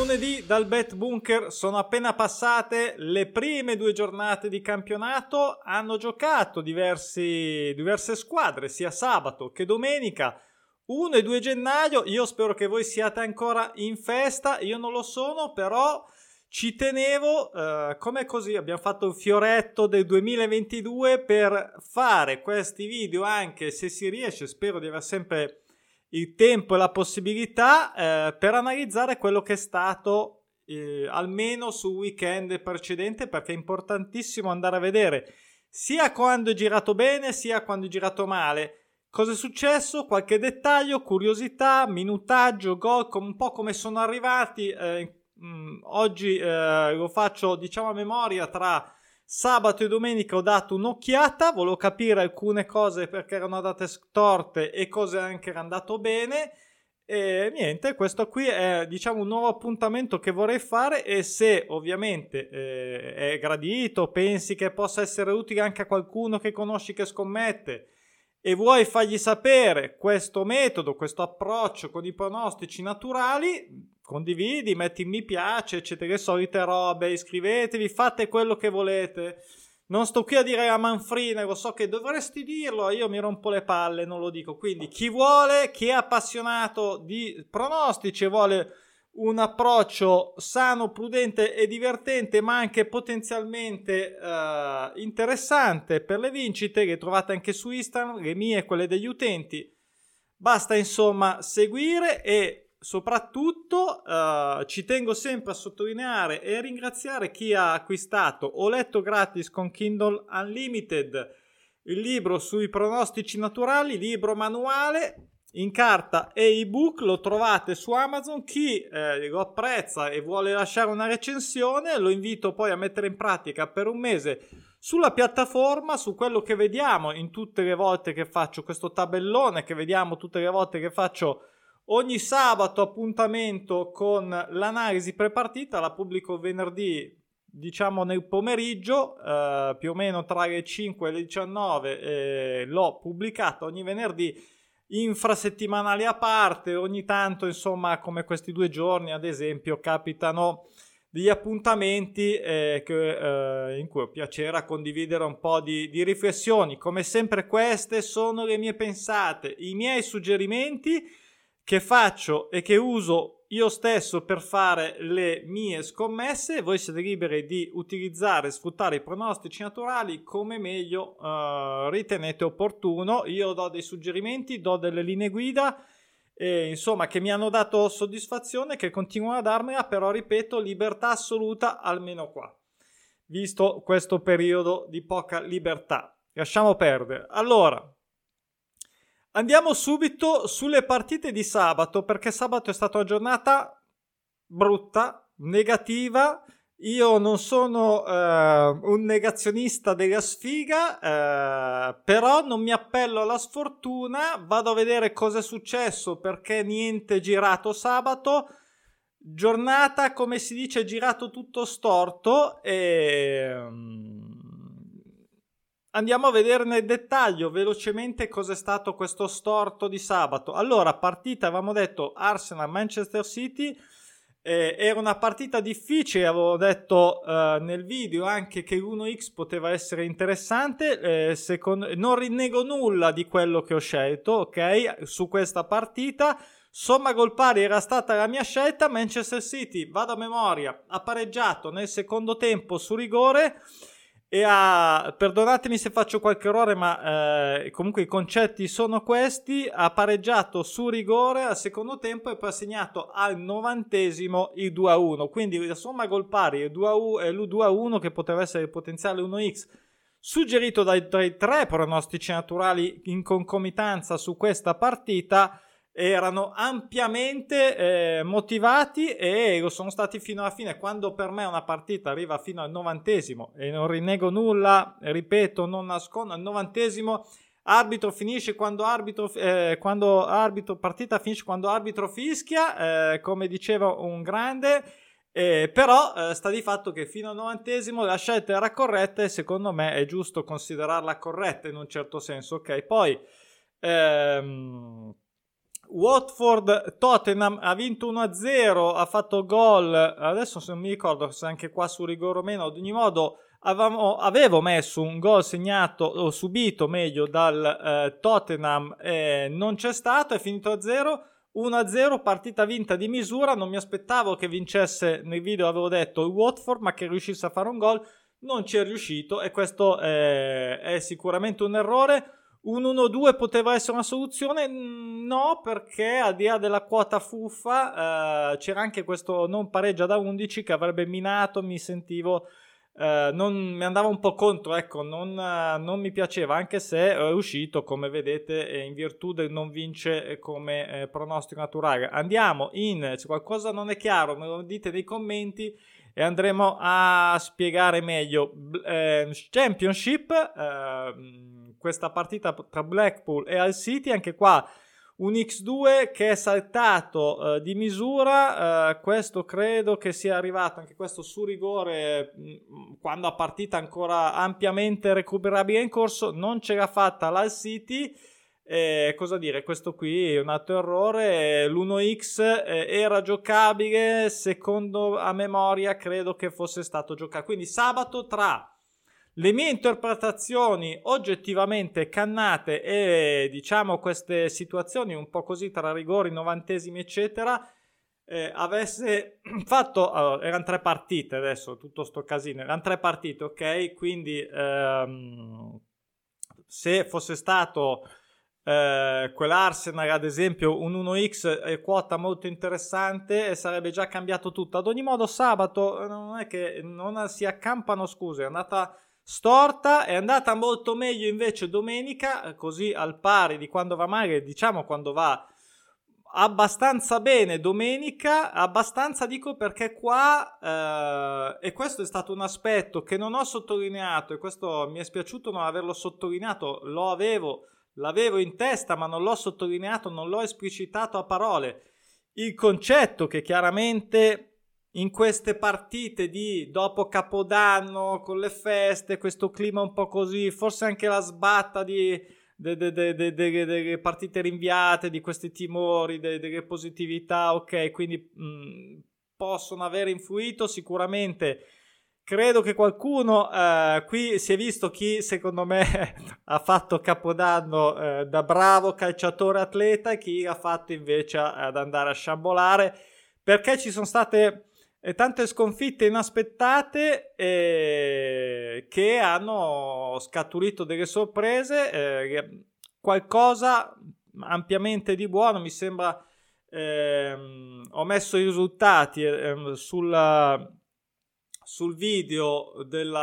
lunedì dal Bet Bunker sono appena passate le prime 2 giornate di campionato, hanno giocato diverse squadre sia sabato che domenica, 1 e 2 gennaio, io spero che voi siate ancora in festa, io non lo sono, però ci tenevo, come così abbiamo fatto il fioretto del 2022 per fare questi video anche se si riesce, spero di aver sempre il tempo e la possibilità per analizzare quello che è stato almeno sul weekend precedente, perché è importantissimo andare a vedere sia quando è girato bene sia quando è girato male, cosa è successo, qualche dettaglio, curiosità, minutaggio, gol, un po' come sono arrivati. Oggi lo faccio diciamo a memoria, tra sabato e domenica ho dato un'occhiata, volevo capire alcune cose perché erano andate storte e cose anche erano andate bene, e niente, questo qui è diciamo un nuovo appuntamento che vorrei fare, e se ovviamente è gradito, pensi che possa essere utile anche a qualcuno che conosci che scommette e vuoi fargli sapere questo metodo, questo approccio con i pronostici naturali, condividi, metti mi piace, eccetera, le solite robe, iscrivetevi, fate quello che volete. Non sto qui a dire la manfrina, lo so che dovresti dirlo, io mi rompo le palle, non lo dico. Quindi chi vuole, chi è appassionato di pronostici e vuole un approccio sano, prudente e divertente, ma anche potenzialmente interessante per le vincite, che trovate anche su Instagram, le mie e quelle degli utenti, basta insomma seguire. E soprattutto ci tengo sempre a sottolineare e a ringraziare chi ha acquistato o letto gratis con Kindle Unlimited il libro sui pronostici naturali, libro manuale in carta e ebook, lo trovate su Amazon. Chi lo apprezza e vuole lasciare una recensione lo invito poi a mettere in pratica per un mese sulla piattaforma, su quello che vediamo in tutte le volte che faccio questo tabellone, che vediamo tutte le volte che faccio ogni sabato appuntamento con l'analisi prepartita. La pubblico venerdì diciamo nel pomeriggio, più o meno tra le 5 e le 19, l'ho pubblicata ogni venerdì, infrasettimanali a parte. Ogni tanto insomma, come questi 2 giorni ad esempio, capitano degli appuntamenti in cui ho piacere a condividere un po' di riflessioni. Come sempre queste sono le mie pensate, i miei suggerimenti che faccio e che uso io stesso per fare le mie scommesse. Voi siete liberi di utilizzare e sfruttare i pronostici naturali come meglio ritenete opportuno. Io do dei suggerimenti, do delle linee guida insomma che mi hanno dato soddisfazione, che continuano a darmela, però ripeto, libertà assoluta almeno qua, visto questo periodo di poca libertà. Lasciamo perdere. Allora, andiamo subito sulle partite di sabato, perché sabato è stata una giornata brutta, negativa. Io non sono un negazionista della sfiga, però non mi appello alla sfortuna, vado a vedere cosa è successo, perché niente è girato sabato. Giornata, come si dice, girato tutto storto, e andiamo a vedere nel dettaglio velocemente cosa è stato questo storto di sabato. Allora, partita, avevamo detto Arsenal-Manchester City, era una partita difficile, avevo detto nel video anche che l'1x poteva essere interessante, non rinnego nulla di quello che ho scelto, ok, su questa partita. Somma gol pari era stata la mia scelta. Manchester City, vado a memoria, ha pareggiato nel secondo tempo su rigore e perdonatemi se faccio qualche errore, ma comunque i concetti sono questi. Ha pareggiato su rigore al secondo tempo e poi ha segnato al 90esimo il 2-1, quindi la somma gol pari è l'2-1 che poteva essere il potenziale 1x suggerito dai 3 pronostici naturali in concomitanza su questa partita. Erano ampiamente motivati e lo sono stati fino alla fine. Quando per me una partita arriva fino al 90esimo, e non rinnego nulla, ripeto, non nascondo, al 90esimo arbitro finisce quando partita finisce quando arbitro fischia, come diceva un grande, però sta di fatto che fino al 90esimo la scelta era corretta e secondo me è giusto considerarla corretta in un certo senso, ok? Poi Watford Tottenham ha vinto 1-0, ha fatto gol, adesso se non mi ricordo se anche qua su rigore o meno, ad ogni modo avevo messo un gol segnato o subito meglio dal Tottenham, non c'è stato, è finito a 0. 1-0, partita vinta di misura. Non mi aspettavo che vincesse, nel video avevo detto il Watford, ma che riuscisse a fare un gol non ci è riuscito, e questo è sicuramente un errore. Un 1-2 poteva essere una soluzione? No, perché al di là della quota fuffa c'era anche questo non pareggia da 11 che avrebbe minato, mi sentivo, mi andava un po' contro, ecco, non mi piaceva, anche se è uscito, come vedete, in virtù del non vince come pronostico naturale. Andiamo se qualcosa non è chiaro me lo dite nei commenti e andremo a spiegare meglio. Championship, questa partita tra Blackpool e Hull City, anche qua un X2 che è saltato di misura, questo credo che sia arrivato anche questo su rigore quando la partita ancora ampiamente recuperabile in corso, non ce l'ha fatta l'Hull City. Cosa dire, questo qui è un altro errore. L'1x era giocabile, secondo a memoria credo che fosse stato giocato, quindi sabato tra le mie interpretazioni oggettivamente cannate e diciamo queste situazioni un po' così tra rigori, novantesimi eccetera, avesse fatto, allora, erano 3 partite, adesso tutto sto casino, erano 3 partite, ok, quindi se fosse stato quell'Arsenal ad esempio un 1x quota molto interessante, sarebbe già cambiato tutto. Ad ogni modo sabato non è che non si accampano scuse, è andata storta, è andata molto meglio invece domenica, così al pari di quando va male, diciamo quando va abbastanza bene domenica, abbastanza dico perché qua e questo è stato un aspetto che non ho sottolineato, e questo mi è spiaciuto non averlo sottolineato, l'avevo in testa ma non l'ho sottolineato, non l'ho esplicitato a parole, il concetto che chiaramente in queste partite di dopo Capodanno con le feste, questo clima un po' così, forse anche la sbatta delle partite rinviate, di questi timori, delle positività, ok, quindi possono aver influito sicuramente. Credo che qualcuno qui si è visto chi secondo me ha fatto Capodanno da bravo calciatore atleta e chi ha fatto invece ad andare a sciambolare, perché ci sono state tante sconfitte inaspettate che hanno scaturito delle sorprese, qualcosa ampiamente di buono. Mi sembra, ho messo i risultati sul video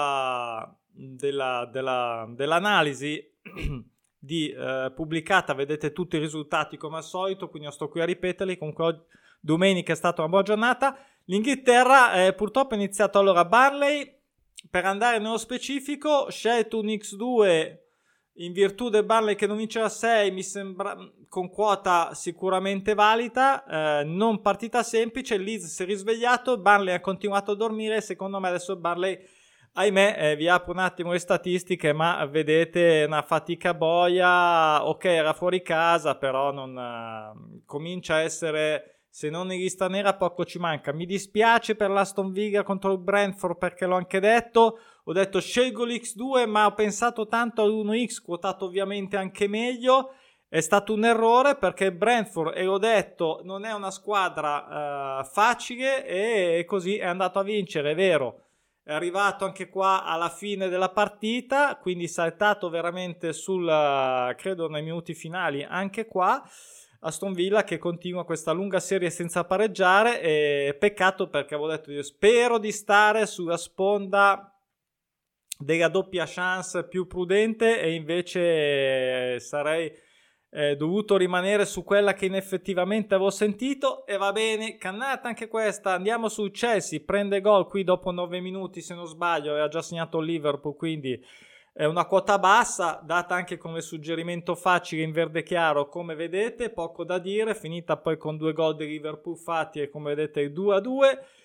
dell'analisi pubblicata, vedete tutti i risultati come al solito, quindi non sto qui a ripeterli. Comunque domenica è stata una buona giornata. L'Inghilterra purtroppo è iniziato allora Burnley, per andare nello specifico, scelto un X2 in virtù del Burnley che non vinceva 6, mi sembra con quota sicuramente valida, non partita semplice, il Leeds si è risvegliato, Burnley ha continuato a dormire, secondo me adesso Burnley, ahimè, vi apro un attimo le statistiche, ma vedete una fatica boia, ok era fuori casa, però non comincia a essere... Se non in lista nera poco ci manca. Mi dispiace per l'Aston Villa contro il Brentford, perché l'ho anche detto. Ho detto scelgo l'X2, ma ho pensato tanto all'1X, quotato ovviamente anche meglio. È stato un errore perché il Brentford, e l'ho detto, non è una squadra facile, e così è andato a vincere, è vero. È arrivato anche qua alla fine della partita, quindi saltato veramente credo nei minuti finali anche qua. Aston Villa che continua questa lunga serie senza pareggiare, e peccato perché avevo detto io spero di stare sulla sponda della doppia chance più prudente, e invece sarei dovuto rimanere su quella che effettivamente avevo sentito. E va bene, cannata anche questa. Andiamo sul Chelsea, prende gol qui dopo 9 minuti se non sbaglio, aveva già segnato il Liverpool, quindi è una quota bassa, data anche come suggerimento facile in verde chiaro, come vedete, poco da dire, finita poi con 2 gol di Liverpool fatti, e come vedete il 2-2,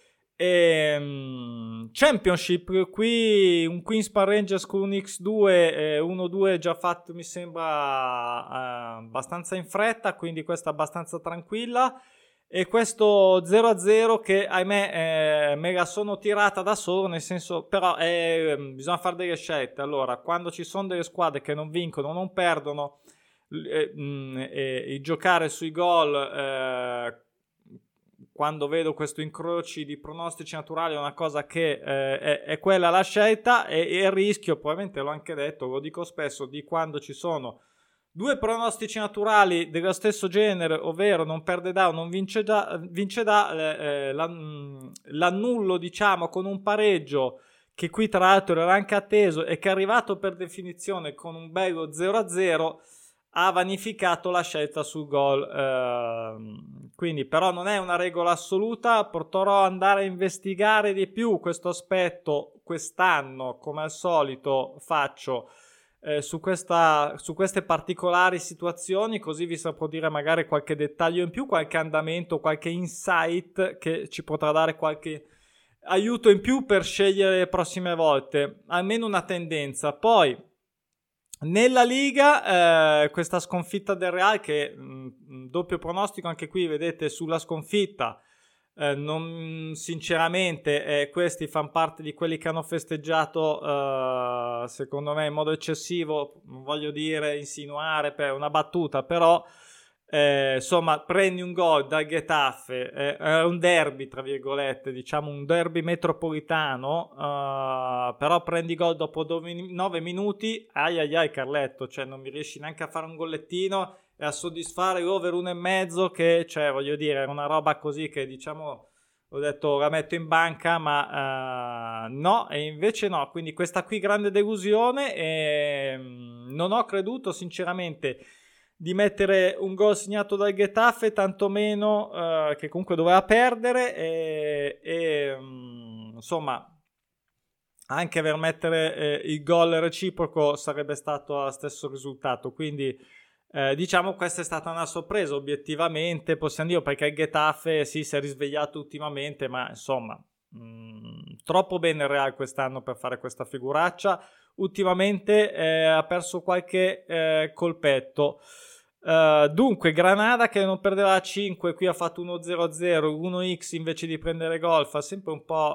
Championship, qui un Queen's Park Rangers con un X2 1-2 già fatto, mi sembra abbastanza in fretta, quindi questa abbastanza tranquilla, e questo 0-0 che ahimè me la sono tirata da solo, nel senso, però bisogna fare delle scelte. Allora, quando ci sono delle squadre che non vincono, non perdono, giocare sui gol, quando vedo questo incroci di pronostici naturali, è una cosa che è quella la scelta, e il rischio, probabilmente l'ho anche detto, lo dico spesso, di quando ci sono due pronostici naturali dello stesso genere, ovvero non perde da o non vince da, l'annullo, diciamo, con un pareggio che qui tra l'altro era anche atteso e che è arrivato per definizione con un bello 0-0, ha vanificato la scelta sul gol. Quindi però non è una regola assoluta, potrò andare a investigare di più questo aspetto quest'anno, come al solito faccio, su queste particolari situazioni, così vi saprò dire magari qualche dettaglio in più, qualche andamento, qualche insight che ci potrà dare qualche aiuto in più per scegliere le prossime volte, almeno una tendenza. Poi nella Liga, questa sconfitta del Real, che doppio pronostico anche qui, vedete, sulla sconfitta, sinceramente questi fanno parte di quelli che hanno festeggiato secondo me in modo eccessivo, non voglio dire insinuare per una battuta, però insomma, prendi un gol dal Getafe, è un derby tra virgolette, diciamo un derby metropolitano, però prendi gol dopo 9 minuti, ai Carletto, cioè non mi riesci neanche a fare un gollettino e a soddisfare l'over 1,5, che, cioè, voglio dire, è una roba così che, diciamo, ho detto la metto in banca, ma no, e invece no. Quindi questa qui grande delusione, e non ho creduto sinceramente di mettere un gol segnato dal Getafe, tantomeno che comunque doveva perdere, insomma anche per mettere il gol reciproco sarebbe stato lo stesso risultato, quindi diciamo questa è stata una sorpresa obiettivamente, possiamo dire, perché il Getafe sì, si è risvegliato ultimamente, ma insomma troppo bene il Real quest'anno per fare questa figuraccia. Ultimamente ha perso qualche colpetto. Dunque Granada, che non perdeva a 5, qui ha fatto 1-0-0, 1x invece di prendere gol, fa sempre un po'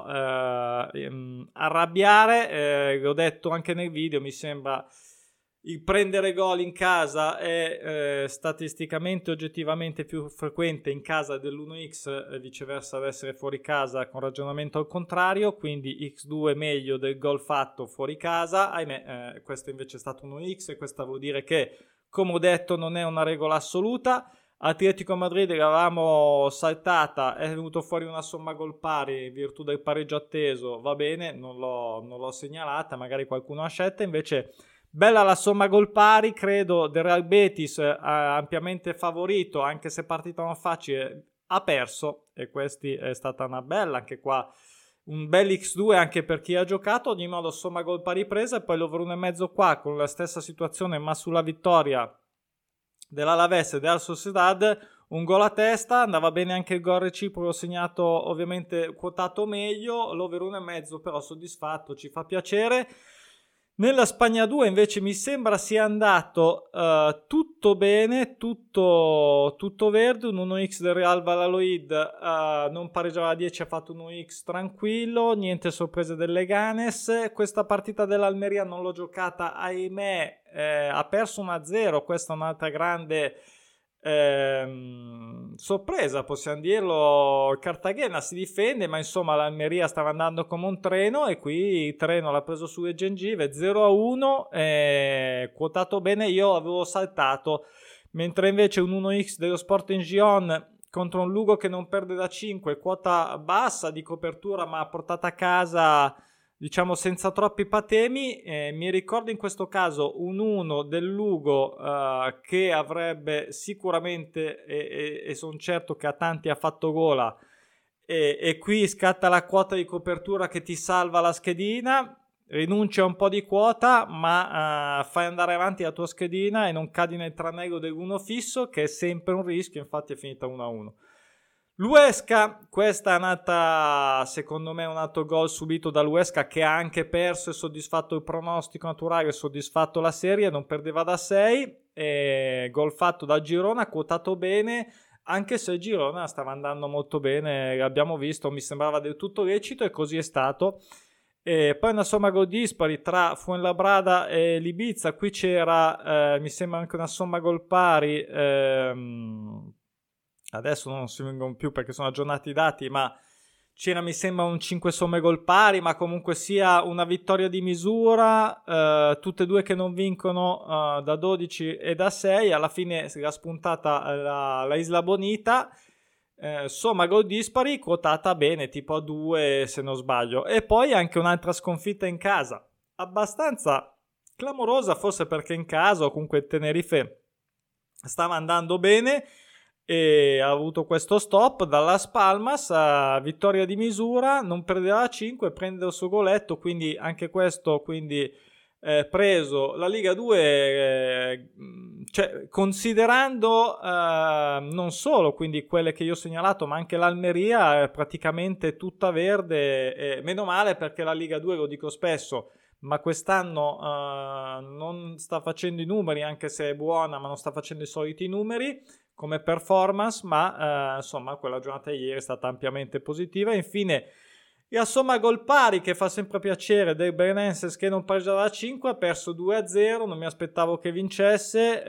arrabbiare. L'ho detto anche nel video, mi sembra il prendere gol in casa è statisticamente oggettivamente più frequente in casa dell'1x, viceversa ad essere fuori casa con ragionamento al contrario, quindi x2 meglio del gol fatto fuori casa. Ahimè, questo invece è stato 1x, e questo vuol dire che, come ho detto, non è una regola assoluta. Atletico Madrid l'avevamo saltata, è venuto fuori una somma gol pari in virtù del pareggio atteso, va bene, non l'ho segnalata, magari qualcuno ha scelta, invece bella la somma gol pari, credo, del Real Betis, ampiamente favorito, anche se partita non facile, ha perso, e questa è stata una bella, anche qua un bel x2 anche per chi ha giocato. Ad ogni modo somma gol pari presa, e poi l'over 1,5 qua con la stessa situazione ma sulla vittoria dell'Alaves e della Sociedad, un gol a testa, andava bene anche il gol reciproco segnato, ovviamente quotato meglio, l'over 1,5 però soddisfatto, ci fa piacere. Nella Spagna 2 invece mi sembra sia andato tutto bene, tutto verde, un 1x del Real Valladolid, non pareggiava a 10, ha fatto un 1x tranquillo, niente sorprese del Leganes. Questa partita dell'Almeria non l'ho giocata, ahimè, ha perso 1-0, questa è un'altra grande sorpresa, possiamo dirlo. Il Cartagena si difende, ma insomma l'Almeria stava andando come un treno, e qui il treno l'ha preso sulle gengive. 0-1, quotato bene, io avevo saltato, mentre invece un 1x dello Sporting Gijón contro un Lugo che non perde da 5, quota bassa di copertura ma portata a casa, diciamo, senza troppi patemi. Mi ricordo in questo caso un 1 del Lugo che avrebbe sicuramente, e sono certo che a tanti ha fatto gola, e qui scatta la quota di copertura che ti salva la schedina, rinuncia a un po' di quota, ma fai andare avanti la tua schedina e non cadi nel tranello dell'1 fisso, che è sempre un rischio, infatti è finita 1-1. L'Huesca, questa è nata, secondo me, un altro gol subito dall'Huesca, che ha anche perso e soddisfatto il pronostico naturale, soddisfatto la serie, non perdeva da 6, gol fatto da Girona, quotato bene, anche se Girona stava andando molto bene, l'abbiamo visto, mi sembrava del tutto lecito e così è stato. E poi una somma gol dispari tra Fuenlabrada e l'Ibiza, qui c'era mi sembra anche una somma gol pari, adesso non si vengono più perché sono aggiornati i dati, ma c'era mi sembra un 5 somme gol pari, ma comunque sia una vittoria di misura, tutte e due che non vincono da 12 e da 6, alla fine si era spuntata la Isla Bonita, somma gol dispari quotata bene, tipo a 2 se non sbaglio, e poi anche un'altra sconfitta in casa, abbastanza clamorosa, forse perché in casa o comunque il Tenerife stava andando bene e ha avuto questo stop dalla Palmas, vittoria di misura, non perdeva a 5, prende il suo goletto, quindi anche questo preso la Liga 2, cioè, considerando non solo quindi quelle che io ho segnalato, ma anche l'Almeria è praticamente tutta verde, meno male, perché la Liga 2, lo dico spesso, ma quest'anno non sta facendo i numeri, anche se è buona, ma non sta facendo i soliti numeri come performance, ma insomma quella giornata di ieri è stata ampiamente positiva. Infine la somma gol pari, che fa sempre piacere, del Belenenses, che non pareggiava da 5, ha perso 2-0, non mi aspettavo che vincesse,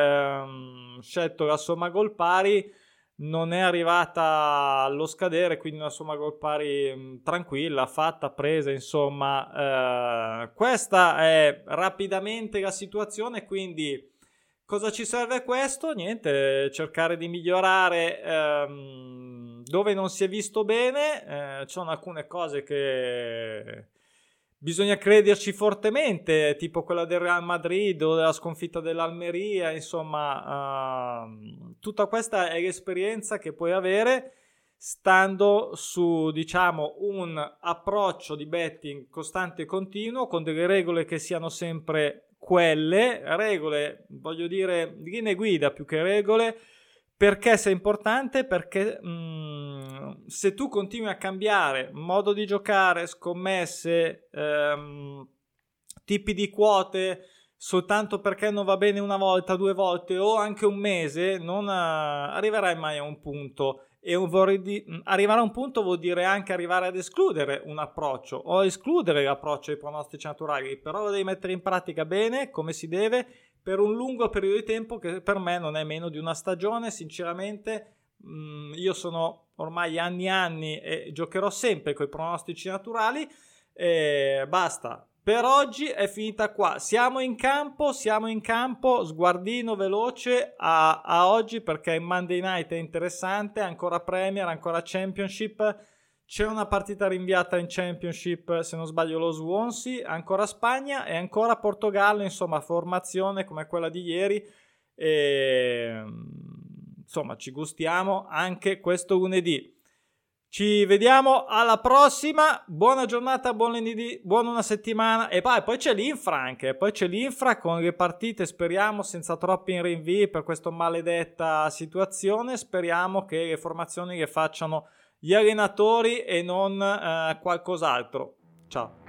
scelto la somma gol pari, non è arrivata allo scadere, quindi una somma gol pari tranquilla, fatta, presa, insomma. Questa è rapidamente la situazione, quindi cosa ci serve questo? Niente, cercare di migliorare dove non si è visto bene, ci sono alcune cose che bisogna crederci fortemente, tipo quella del Real Madrid o della sconfitta dell'Almeria, insomma, tutta questa è l'esperienza che puoi avere stando su, diciamo, un approccio di betting costante e continuo, con delle regole che siano sempre quelle regole, voglio dire, linee guida più che regole. Perché se è importante? Perché se tu continui a cambiare modo di giocare, scommesse, tipi di quote, soltanto perché non va bene una volta, 2 volte o anche un mese, non arriverai mai a un punto. E arrivare a un punto vuol dire anche arrivare ad escludere un approccio o escludere l'approccio ai pronostici naturali, però lo devi mettere in pratica bene, come si deve, per un lungo periodo di tempo, che per me non è meno di una stagione. Sinceramente io sono ormai anni e giocherò sempre con i pronostici naturali, e basta. Per oggi è finita qua, siamo in campo, sguardino veloce a oggi, perché il Monday Night è interessante, ancora Premier, ancora Championship, c'è una partita rinviata in Championship, se non sbaglio lo Swansea, ancora Spagna e ancora Portogallo, insomma formazione come quella di ieri, e insomma ci gustiamo anche questo lunedì. Ci vediamo alla prossima, buona giornata, buon lunedì, buona una settimana, e poi c'è l'Infra anche, poi c'è l'Infra con le partite, speriamo senza troppi rinvii per questa maledetta situazione, speriamo che le formazioni le facciano gli allenatori e non qualcos'altro. Ciao.